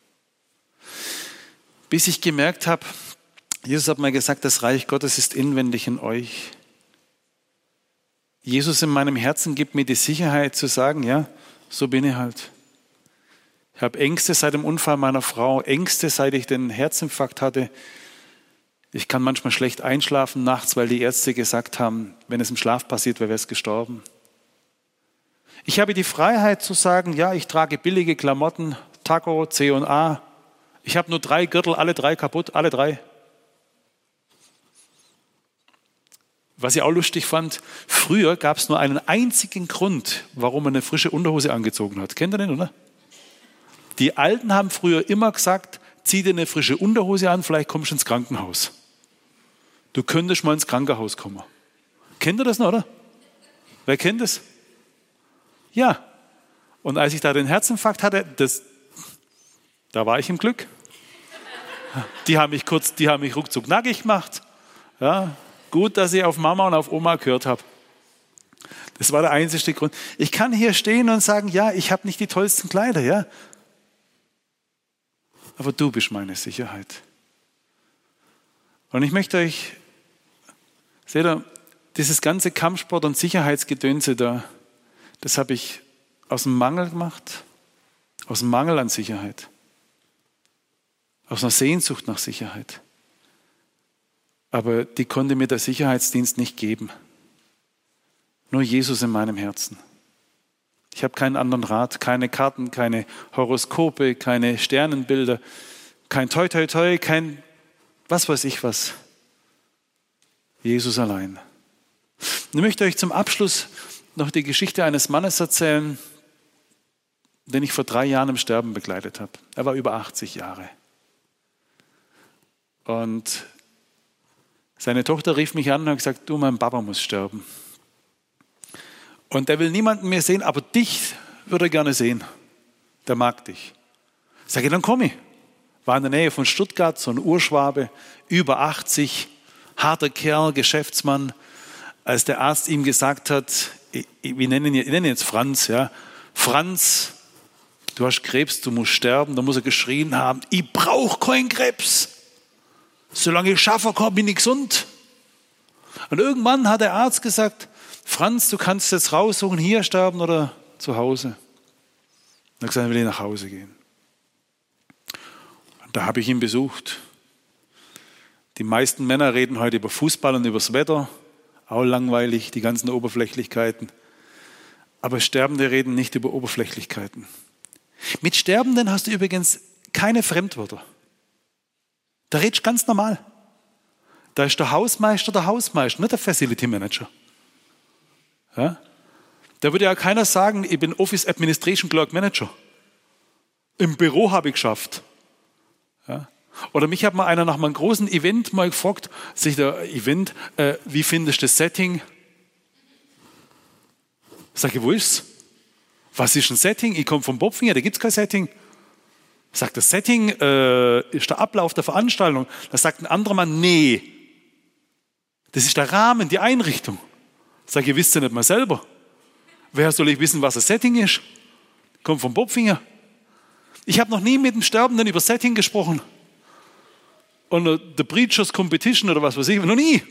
Bis ich gemerkt habe, Jesus hat mal gesagt, das Reich Gottes ist inwendig in euch. Jesus in meinem Herzen gibt mir die Sicherheit zu sagen, ja, so bin ich halt. Ich habe Ängste seit dem Unfall meiner Frau, Ängste, seit ich den Herzinfarkt hatte. Ich kann manchmal schlecht einschlafen nachts, weil die Ärzte gesagt haben, wenn es im Schlaf passiert wäre, wäre es gestorben. Ich habe die Freiheit zu sagen, ja, ich trage billige Klamotten, Taco, C und A. Ich habe nur drei Gürtel, alle drei kaputt, alle drei. Was ich auch lustig fand, früher gab es nur einen einzigen Grund, warum man eine frische Unterhose angezogen hat. Kennt ihr den, oder? Die Alten haben früher immer gesagt, zieh dir eine frische Unterhose an, vielleicht kommst du ins Krankenhaus. Du könntest mal ins Krankenhaus kommen. Kennt ihr das noch, oder? Wer kennt das? Ja. Und als ich da den Herzinfarkt hatte, das, da war ich im Glück. Die haben mich kurz, die haben mich ruckzuck nackig gemacht. Ja, gut, dass ich auf Mama und auf Oma gehört habe. Das war der einzige Grund. Ich kann hier stehen und sagen, ja, ich habe nicht die tollsten Kleider, ja. Aber du bist meine Sicherheit. Und ich möchte euch, seht ihr, dieses ganze Kampfsport und Sicherheitsgedönse da, das habe ich aus dem Mangel gemacht, aus dem Mangel an Sicherheit, aus einer Sehnsucht nach Sicherheit. Aber die konnte mir der Sicherheitsdienst nicht geben. Nur Jesus in meinem Herzen. Ich habe keinen anderen Rat, keine Karten, keine Horoskope, keine Sternenbilder, kein Toi Toi Toi, kein was weiß ich was. Jesus allein. Und ich möchte euch zum Abschluss noch die Geschichte eines Mannes erzählen, den ich vor drei Jahren im Sterben begleitet habe. Er war über achtzig Jahre. Und seine Tochter rief mich an und hat gesagt, du, mein Papa muss sterben. Und der will niemanden mehr sehen, aber dich würde er gerne sehen. Der mag dich. Sag ich, dann komm ich. War in der Nähe von Stuttgart, so ein Urschwabe, über achtzig, harter Kerl, Geschäftsmann. Als der Arzt ihm gesagt hat, ich, wir nennen ihn, ich nenne ihn jetzt Franz, ja, Franz, du hast Krebs, du musst sterben, da muss er geschrien haben, ich brauche keinen Krebs. Solange ich schaffe, bin ich gesund. Und irgendwann hat der Arzt gesagt, Franz, du kannst jetzt raussuchen, hier sterben oder zu Hause. Und er hat gesagt, er will nach Hause gehen. Und da habe ich ihn besucht. Die meisten Männer reden heute über Fußball und über das Wetter. Auch langweilig, die ganzen Oberflächlichkeiten. Aber Sterbende reden nicht über Oberflächlichkeiten. Mit Sterbenden hast du übrigens keine Fremdwörter. Da redest du ganz normal. Da ist der Hausmeister der Hausmeister, nicht der Facility Manager. Ja? Da würde ja keiner sagen, ich bin Office Administration Clerk Manager. Im Büro habe ich geschafft. Ja? Oder mich hat mal einer nach meinem großen Event mal gefragt, sich der Event, äh, wie findest du das Setting? Sag ich, wo ist's? Was ist ein Setting? Ich komme vom Bopfinger, da gibt es kein Setting. Sagt das Setting äh, ist der Ablauf der Veranstaltung. Da sagt ein anderer Mann, nee, das ist der Rahmen, die Einrichtung. Sag ich, ihr wisst ja nicht mal selber. Wer soll ich wissen, was ein Setting ist? Kommt vom Bopfinger. Ich habe noch nie mit dem Sterbenden über Setting gesprochen. Und uh, The Preachers Competition oder was weiß ich, noch nie.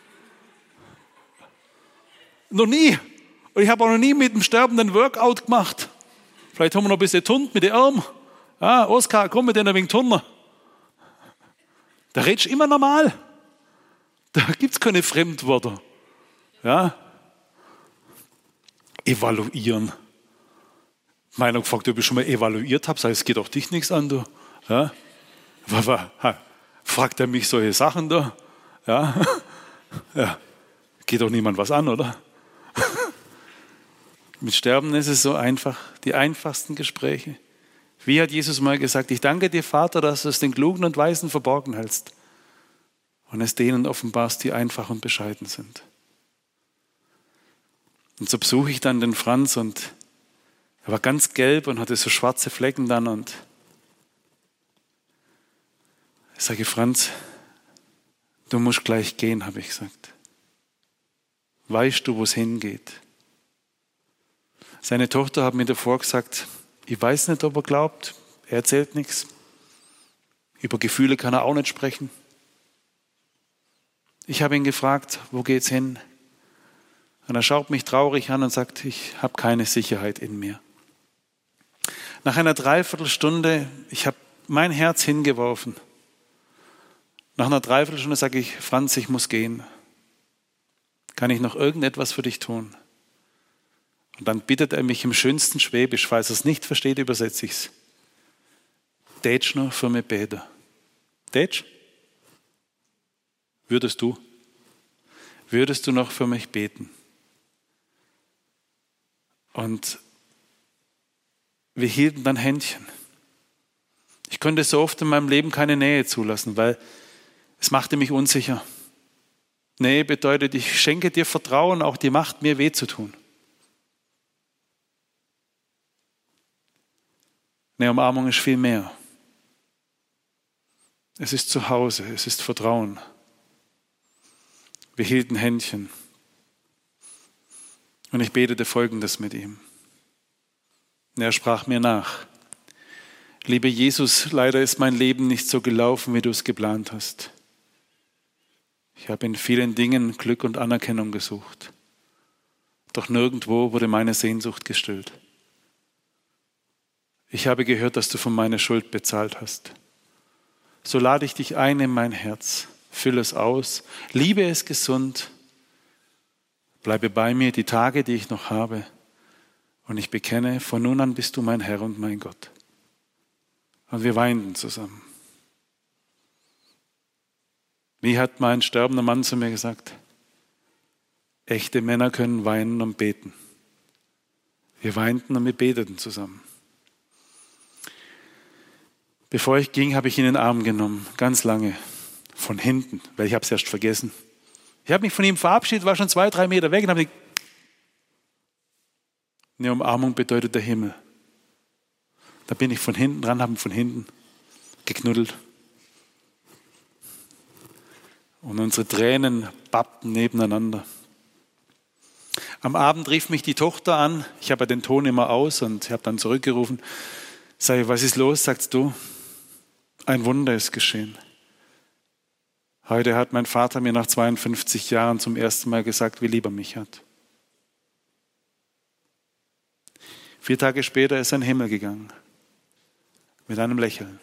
Noch nie. Und ich habe auch noch nie mit dem Sterbenden Workout gemacht. Vielleicht haben wir noch ein bisschen turnt mit den Armen. Ah, Oskar, komm mit denen ein wenig turnen. Da redest du immer normal. Da gibt es keine Fremdwörter. Ja? Evaluieren. Meiner gefragt, ob ich schon mal evaluiert habe. Sag ich, es geht auch dich nichts an, du. Ja? Fragt er mich solche Sachen da? Ja? Ja. Geht doch niemand was an, oder? Mit Sterben ist es so einfach. Die einfachsten Gespräche. Wie hat Jesus mal gesagt, ich danke dir, Vater, dass du es den Klugen und Weisen verborgen hältst und es denen offenbarst, die einfach und bescheiden sind. Und so besuche ich dann den Franz und er war ganz gelb und hatte so schwarze Flecken dann und ich sage, Franz, du musst gleich gehen, habe ich gesagt. Weißt du, wo es hingeht? Seine Tochter hat mir davor gesagt, ich weiß nicht, ob er glaubt, er erzählt nichts. Über Gefühle kann er auch nicht sprechen. Ich habe ihn gefragt, wo geht's hin? Und er schaut mich traurig an und sagt, ich habe keine Sicherheit in mir. Nach einer Dreiviertelstunde, ich habe mein Herz hingeworfen. Nach einer Dreiviertelstunde sage ich, Franz, ich muss gehen. Kann ich noch irgendetwas für dich tun? Und dann bittet er mich im schönsten Schwäbisch, falls er es nicht versteht, übersetze ich es. Tätsch noch für mich beten. Tätsch? Würdest du? Würdest du noch für mich beten? Und wir hielten dann Händchen. Ich konnte so oft in meinem Leben keine Nähe zulassen, weil es machte mich unsicher. Nähe bedeutet, ich schenke dir Vertrauen, auch die Macht, mir weh zu tun. Eine Umarmung ist viel mehr. Es ist Zuhause, es ist Vertrauen. Wir hielten Händchen. Und ich betete Folgendes mit ihm. Und er sprach mir nach. Lieber Jesus, leider ist mein Leben nicht so gelaufen, wie du es geplant hast. Ich habe in vielen Dingen Glück und Anerkennung gesucht. Doch nirgendwo wurde meine Sehnsucht gestillt. Ich habe gehört, dass du von meiner Schuld bezahlt hast. So lade ich dich ein in mein Herz. Fülle es aus, liebe es gesund. Bleibe bei mir die Tage, die ich noch habe. Und ich bekenne, von nun an bist du mein Herr und mein Gott. Und wir weinten zusammen. Wie hat mein sterbender Mann zu mir gesagt? Echte Männer können weinen und beten. Wir weinten und wir beteten zusammen. Bevor ich ging, habe ich ihn in den Arm genommen, ganz lange, von hinten, weil ich habe es erst vergessen. Ich habe mich von ihm verabschiedet, war schon zwei, drei Meter weg und habe gesagt, eine Umarmung bedeutet der Himmel. Da bin ich von hinten dran, habe ihn von hinten geknuddelt. Und unsere Tränen bappten nebeneinander. Am Abend rief mich die Tochter an. Ich habe ja den Ton immer aus und ich habe dann zurückgerufen. Sag ich, was ist los? Sagst du, ein Wunder ist geschehen. Heute hat mein Vater mir nach zweiundfünfzig Jahren zum ersten Mal gesagt, wie lieb er mich hat. Vier Tage später ist er in den Himmel gegangen. Mit einem Lächeln.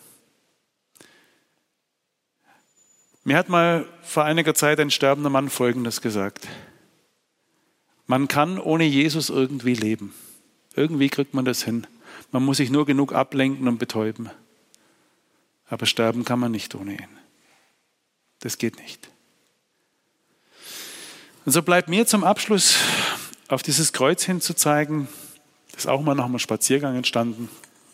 Mir hat mal vor einiger Zeit ein sterbender Mann Folgendes gesagt. Man kann ohne Jesus irgendwie leben. Irgendwie kriegt man das hin. Man muss sich nur genug ablenken und betäuben. Aber sterben kann man nicht ohne ihn. Das geht nicht. Und so bleibt mir zum Abschluss auf dieses Kreuz hinzuzeigen, das ist auch mal nach einem Spaziergang entstanden.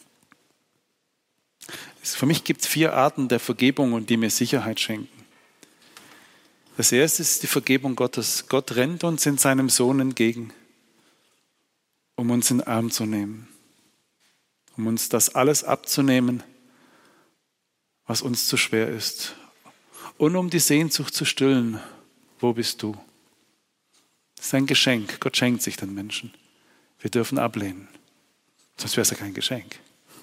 Für mich gibt es vier Arten der Vergebung und die mir Sicherheit schenken. Das erste ist die Vergebung Gottes. Gott rennt uns in seinem Sohn entgegen, um uns in den Arm zu nehmen, um uns das alles abzunehmen, was uns zu schwer ist und um die Sehnsucht zu stillen. Wo bist du? Das ist ein Geschenk. Gott schenkt sich den Menschen. Wir dürfen ablehnen, sonst wäre es ja kein Geschenk.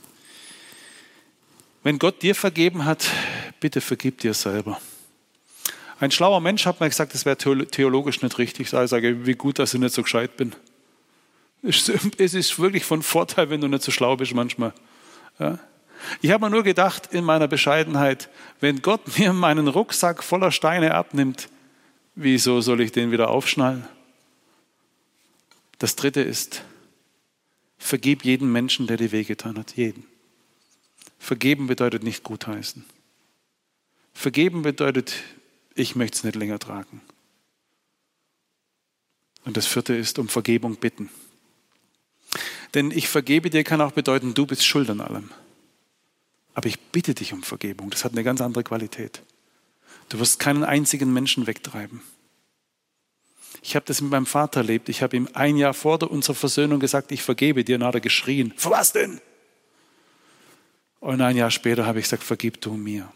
Wenn Gott dir vergeben hat, bitte vergib dir selber. Ein schlauer Mensch hat mir gesagt, das wäre theologisch nicht richtig. Ich sage, wie gut, dass ich nicht so gescheit bin. Es ist wirklich von Vorteil, wenn du nicht so schlau bist manchmal. Ja? Ich habe mir nur gedacht, in meiner Bescheidenheit, wenn Gott mir meinen Rucksack voller Steine abnimmt, wieso soll ich den wieder aufschnallen? Das dritte ist, vergib jeden Menschen, der dir wehgetan hat. Jeden. Vergeben bedeutet nicht gutheißen. Vergeben bedeutet, ich möchte es nicht länger tragen. Und das vierte ist, um Vergebung bitten. Denn ich vergebe dir kann auch bedeuten, du bist schuld an allem. Aber ich bitte dich um Vergebung. Das hat eine ganz andere Qualität. Du wirst keinen einzigen Menschen wegtreiben. Ich habe das mit meinem Vater erlebt. Ich habe ihm ein Jahr vor unserer Versöhnung gesagt, ich vergebe dir. Und dann hat er geschrien. Für was denn? Und ein Jahr später habe ich gesagt, vergib du mir.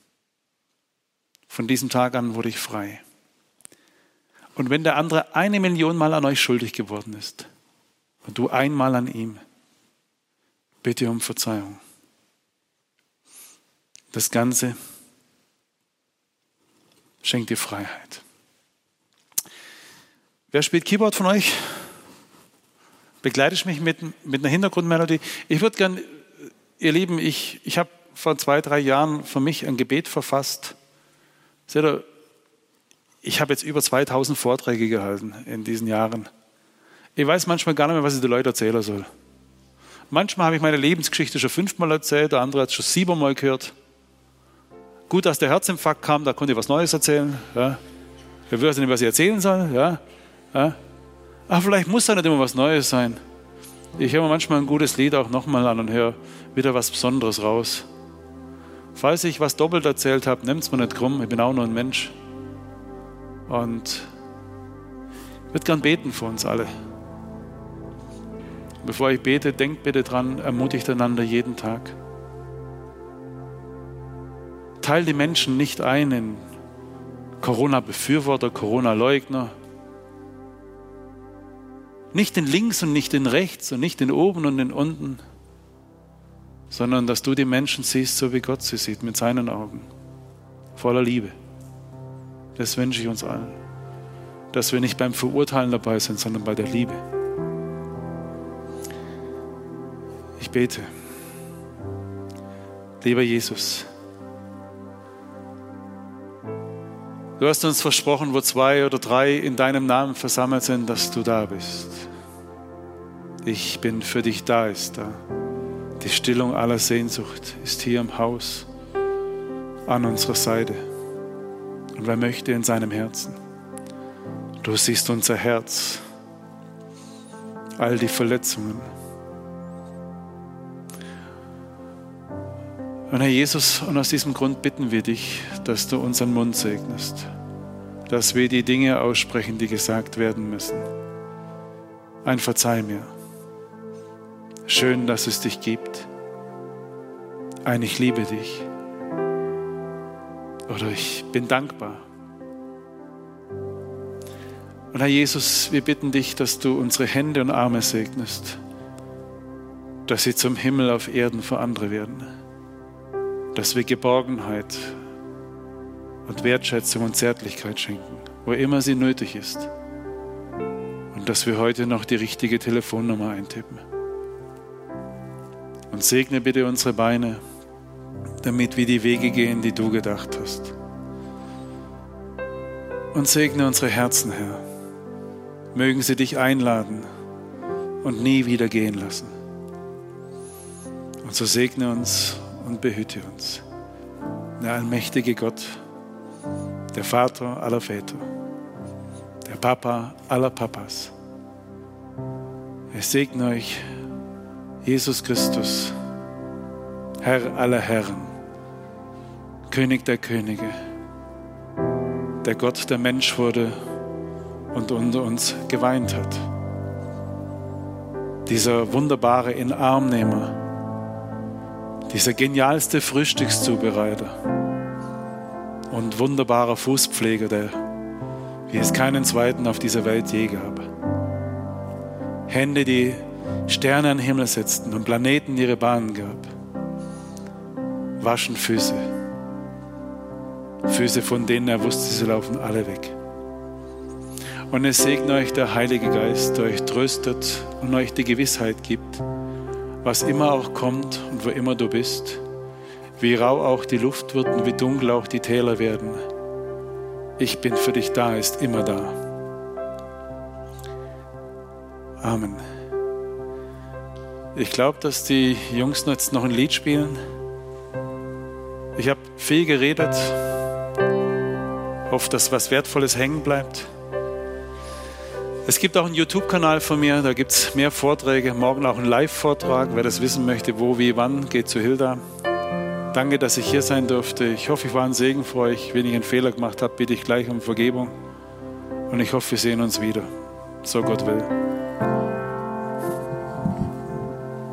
Von diesem Tag an wurde ich frei. Und wenn der andere eine Million Mal an euch schuldig geworden ist und du einmal an ihm, bitte um Verzeihung. Das Ganze schenkt dir Freiheit. Wer spielt Keyboard von euch? Begleite ich mich mit, mit einer Hintergrundmelodie? Ich würde gern, ihr Lieben, ich, ich habe vor zwei, drei Jahren für mich ein Gebet verfasst. Seht ihr, ich habe jetzt über zweitausend Vorträge gehalten in diesen Jahren. Ich weiß manchmal gar nicht mehr, was ich den Leuten erzählen soll. Manchmal habe ich meine Lebensgeschichte schon fünfmal erzählt, der andere hat es schon siebenmal gehört. Gut, dass der Herzinfarkt kam, da konnte ich was Neues erzählen. Ja. Ich weiß nicht, was ich erzählen soll. Ja. Ja. Ach, vielleicht muss da nicht immer was Neues sein. Ich höre mir manchmal ein gutes Lied auch nochmal an und höre wieder was Besonderes raus. Falls ich was doppelt erzählt habe, nehmt es mir nicht krumm, ich bin auch nur ein Mensch. Und ich würde gern beten für uns alle. Bevor ich bete, denkt bitte dran, ermutigt einander jeden Tag. Teilt die Menschen nicht ein in Corona-Befürworter, Corona-Leugner. Nicht in links und nicht in rechts und nicht in oben und in unten, sondern dass du die Menschen siehst, so wie Gott sie sieht, mit seinen Augen, voller Liebe. Das wünsche ich uns allen, dass wir nicht beim Verurteilen dabei sind, sondern bei der Liebe. Ich bete. Lieber Jesus, du hast uns versprochen, wo zwei oder drei in deinem Namen versammelt sind, dass du da bist. Ich bin für dich da ist da. Die Stillung aller Sehnsucht ist hier im Haus an unserer Seite. Und wer möchte in seinem Herzen? Du siehst unser Herz, all die Verletzungen. Und Herr Jesus, und aus diesem Grund bitten wir dich, dass du unseren Mund segnest, dass wir die Dinge aussprechen, die gesagt werden müssen. Ein Verzeih mir. Schön, dass es dich gibt. Ein Ich liebe dich. Oder ich bin dankbar. Und Herr Jesus, wir bitten dich, dass du unsere Hände und Arme segnest, dass sie zum Himmel auf Erden für andere werden. Dass wir Geborgenheit und Wertschätzung und Zärtlichkeit schenken, wo immer sie nötig ist. Und dass wir heute noch die richtige Telefonnummer eintippen. Und segne bitte unsere Beine, damit wir die Wege gehen, die du gedacht hast. Und segne unsere Herzen, Herr. Mögen sie dich einladen und nie wieder gehen lassen. Und so segne uns und behüte uns. Der allmächtige Gott, der Vater aller Väter, der Papa aller Papas. Ich segne euch, Jesus Christus, Herr aller Herren, König der Könige, der Gott, der Mensch wurde und unter uns geweint hat. Dieser wunderbare Inarmnehmer, dieser genialste Frühstückszubereiter und wunderbarer Fußpfleger, der wie es keinen zweiten auf dieser Welt je gab. Hände, die Sterne an den Himmel setzten und Planeten ihre Bahnen gab. Waschen Füße. Füße, von denen er wusste, sie laufen alle weg. Und es segne euch der Heilige Geist, der euch tröstet und euch die Gewissheit gibt, was immer auch kommt und wo immer du bist, wie rau auch die Luft wird und wie dunkel auch die Täler werden. Ich bin für dich da, ist immer da. Amen. Ich glaube, dass die Jungs jetzt noch ein Lied spielen. Ich habe viel geredet. Hoffe, dass was Wertvolles hängen bleibt. Es gibt auch einen YouTube-Kanal von mir, da gibt es mehr Vorträge. Morgen auch einen Live-Vortrag. Wer das wissen möchte, wo, wie, wann, geht zu Hilda. Danke, dass ich hier sein durfte. Ich hoffe, ich war ein Segen für euch. Wenn ich einen Fehler gemacht habe, bitte ich gleich um Vergebung. Und ich hoffe, wir sehen uns wieder. So Gott will.